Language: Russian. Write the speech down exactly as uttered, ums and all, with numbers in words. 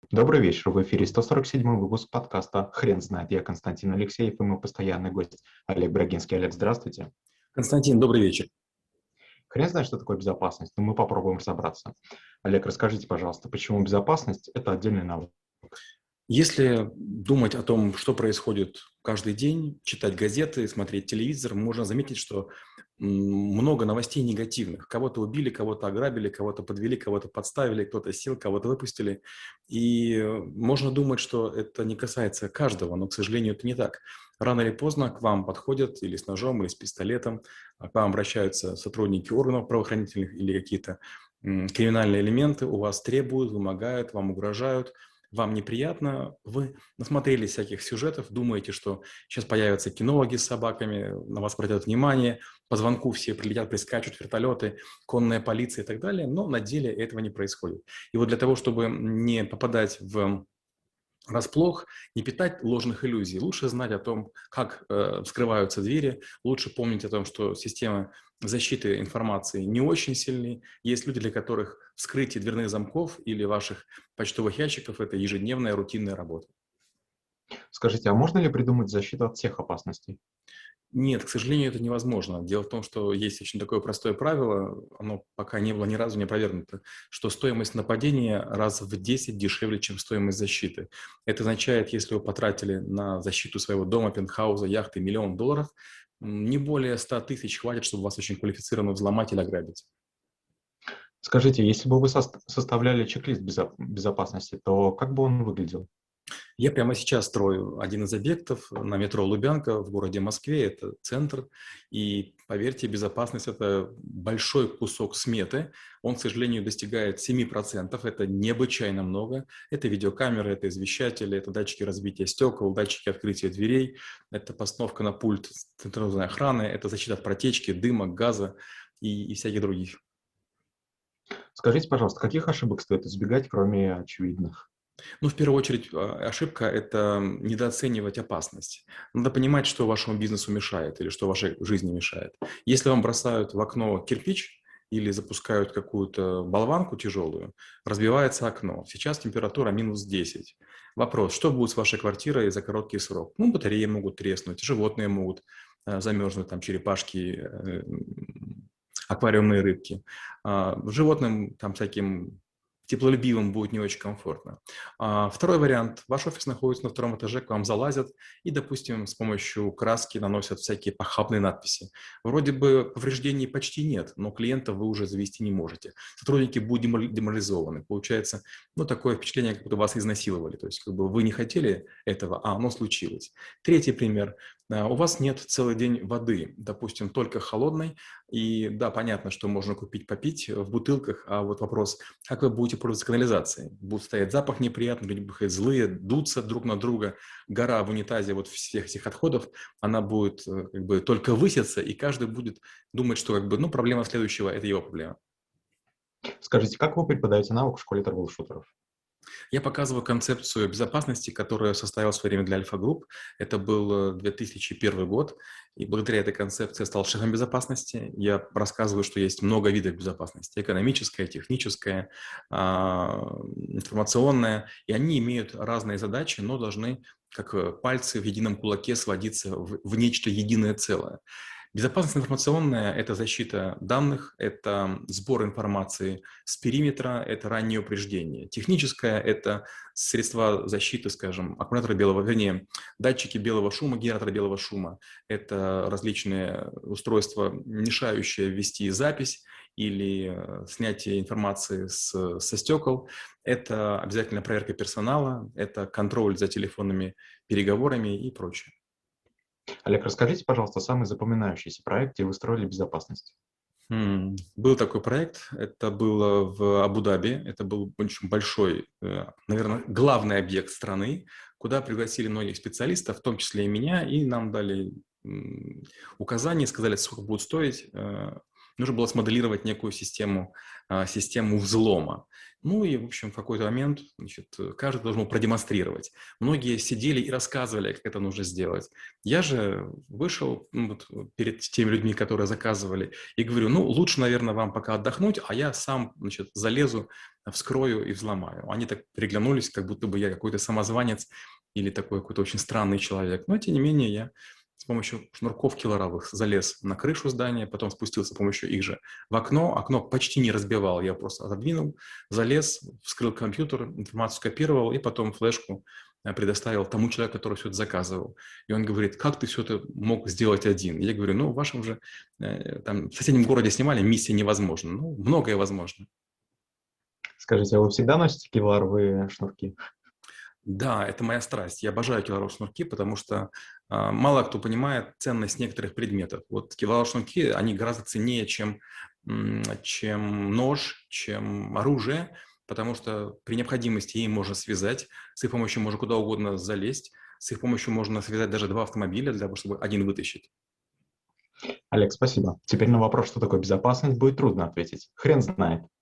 Добрый вечер. В эфире сто сорок седьмой выпуск подкаста «Хрен знает». Я Константин Алексеев и мой постоянный гость Олег Брагинский. Олег, здравствуйте. Константин, добрый вечер. Хрен знает, что такое безопасность, но мы попробуем разобраться. Олег, расскажите, пожалуйста, почему безопасность– это отдельный навык? Если думать о том, что происходит каждый день, читать газеты, смотреть телевизор, можно заметить, что много новостей негативных. Кого-то убили, кого-то ограбили, кого-то подвели, кого-то подставили, кто-то сел, кого-то выпустили. И можно думать, что это не касается каждого, но, к сожалению, это не так. Рано или поздно к вам подходят или с ножом, или с пистолетом, к вам обращаются сотрудники органов правоохранительных или какие-то криминальные элементы, у вас требуют, вымогают, вам угрожают. Вам неприятно, вы насмотрелись всяких сюжетов, думаете, что сейчас появятся кинологи с собаками, на вас обратят внимание, по звонку все прилетят, прискачут вертолеты, конная полиция и так далее, но на деле этого не происходит. И вот для того, чтобы не попадать в врасплох, не питать ложных иллюзий. Лучше знать о том, как э, вскрываются двери, лучше помнить о том, что системы защиты информации не очень сильны. Есть люди, для которых вскрытие дверных замков или ваших почтовых ящиков– это ежедневная рутинная работа. Скажите, а можно ли придумать защиту от всех опасностей? Нет, к сожалению, это невозможно. Дело в том, что есть очень такое простое правило, оно пока не было ни разу не опровергнуто, что стоимость нападения раз в десять дешевле, чем стоимость защиты. Это означает, если вы потратили на защиту своего дома, пентхауза, яхты миллион долларов, не более ста тысяч хватит, чтобы вас очень квалифицированно взломать или ограбить. Скажите, если бы вы составляли чек-лист безопасности, то как бы он выглядел? Я прямо сейчас строю один из объектов на метро Лубянка в городе Москве, это центр, и, поверьте, безопасность – это большой кусок сметы, он, к сожалению, достигает семи процентов, это необычайно много, это видеокамеры, это извещатели, это датчики разбития стекол, датчики открытия дверей, это постановка на пульт центральной охраны, это защита от протечки, дыма, газа и, и всяких других. Скажите, пожалуйста, каких ошибок стоит избегать, кроме очевидных? Ну, в первую очередь, ошибка – это недооценивать опасность. Надо понимать, что вашему бизнесу мешает или что вашей жизни мешает. Если вам бросают в окно кирпич или запускают какую-то болванку тяжелую, разбивается окно. Сейчас температура минус десять. Вопрос, что будет с вашей квартирой за короткий срок? Ну, батареи могут треснуть, животные могут замерзнуть, там черепашки, аквариумные рыбки. Животным, там всяким теплолюбивым будет не очень комфортно. А, второй вариант. Ваш офис находится на втором этаже, к вам залазят и, допустим, с помощью краски наносят всякие похабные надписи. Вроде бы повреждений почти нет, но клиента вы уже завести не можете. Сотрудники будут деморализованы. Получается, ну, такое впечатление, как будто вас изнасиловали. То есть, как бы вы не хотели этого, а оно случилось. Третий пример. У вас нет целый день воды, допустим, только холодной. И да, понятно, что можно купить попить в бутылках, а вот вопрос, как вы будете пользоваться канализацией? Будет стоять запах неприятный, люди будут злые, дуться друг на друга, гора в унитазе вот всех этих отходов, она будет как бы только выситься, и каждый будет думать, что как бы, ну, проблема следующего – это его проблема. Скажите, как вы преподаете навык в школе трэблшутеров? Я показываю концепцию безопасности, которую я составил в свое время для Альфа-групп. Это был две тысячи первый год, и благодаря этой концепции я стал шефом безопасности. Я рассказываю, что есть много видов безопасности – экономическая, техническая, информационная, и они имеют разные задачи, но должны, как пальцы в едином кулаке, сводиться в, в нечто единое целое. Безопасность информационная – это защита данных, это сбор информации с периметра, это раннее упреждение. Техническая – это средства защиты, скажем, аккумуляторы белого, вернее, датчики белого шума, генераторы белого шума. Это различные устройства, мешающие ввести запись или снятие информации с, со стекол. Это обязательно проверка персонала, это контроль за телефонными переговорами и прочее. Олег, расскажите, пожалуйста, самый запоминающийся проект, где вы строили безопасность. Hmm. Был такой проект, это было в Абу-Даби, это был очень большой, наверное, главный объект страны, куда пригласили многих специалистов, в том числе и меня, и нам дали указания, сказали, сколько будет стоить. нужно было смоделировать некую систему, а, систему взлома. Ну и, в общем, в какой-то момент, значит, каждый должен был продемонстрировать. Многие сидели и рассказывали, как это нужно сделать. Я же вышел, ну, вот, перед теми людьми, которые заказывали, и говорю, ну, лучше, наверное, вам пока отдохнуть, а я сам, значит, залезу, вскрою и взломаю. Они так переглянулись, как будто бы я какой-то самозванец или такой какой-то очень странный человек. Но, тем не менее, я с помощью шнурков килоровых залез на крышу здания, потом спустился с помощью их же в окно. Окно почти не разбивал, я просто отодвинул, залез, вскрыл компьютер, информацию скопировал и потом флешку э, предоставил тому человеку, который все это заказывал. И он говорит, как ты все это мог сделать один? Я говорю, ну, в вашем же, э, там, в соседнем городе снимали, миссия невозможна. Ну, многое возможно. Скажите, а вы всегда носите кевларовые шнурки? Да, это моя страсть. Я обожаю кевларовые шнурки, потому что а, мало кто понимает ценность некоторых предметов. Вот кевларовые шнурки, они гораздо ценнее, чем, м, чем нож, чем оружие, потому что при необходимости им можно связать, с их помощью можно куда угодно залезть, с их помощью можно связать даже два автомобиля для того, чтобы один вытащить. Олег, спасибо. Теперь на вопрос, что такое безопасность, будет трудно ответить. Хрен знает.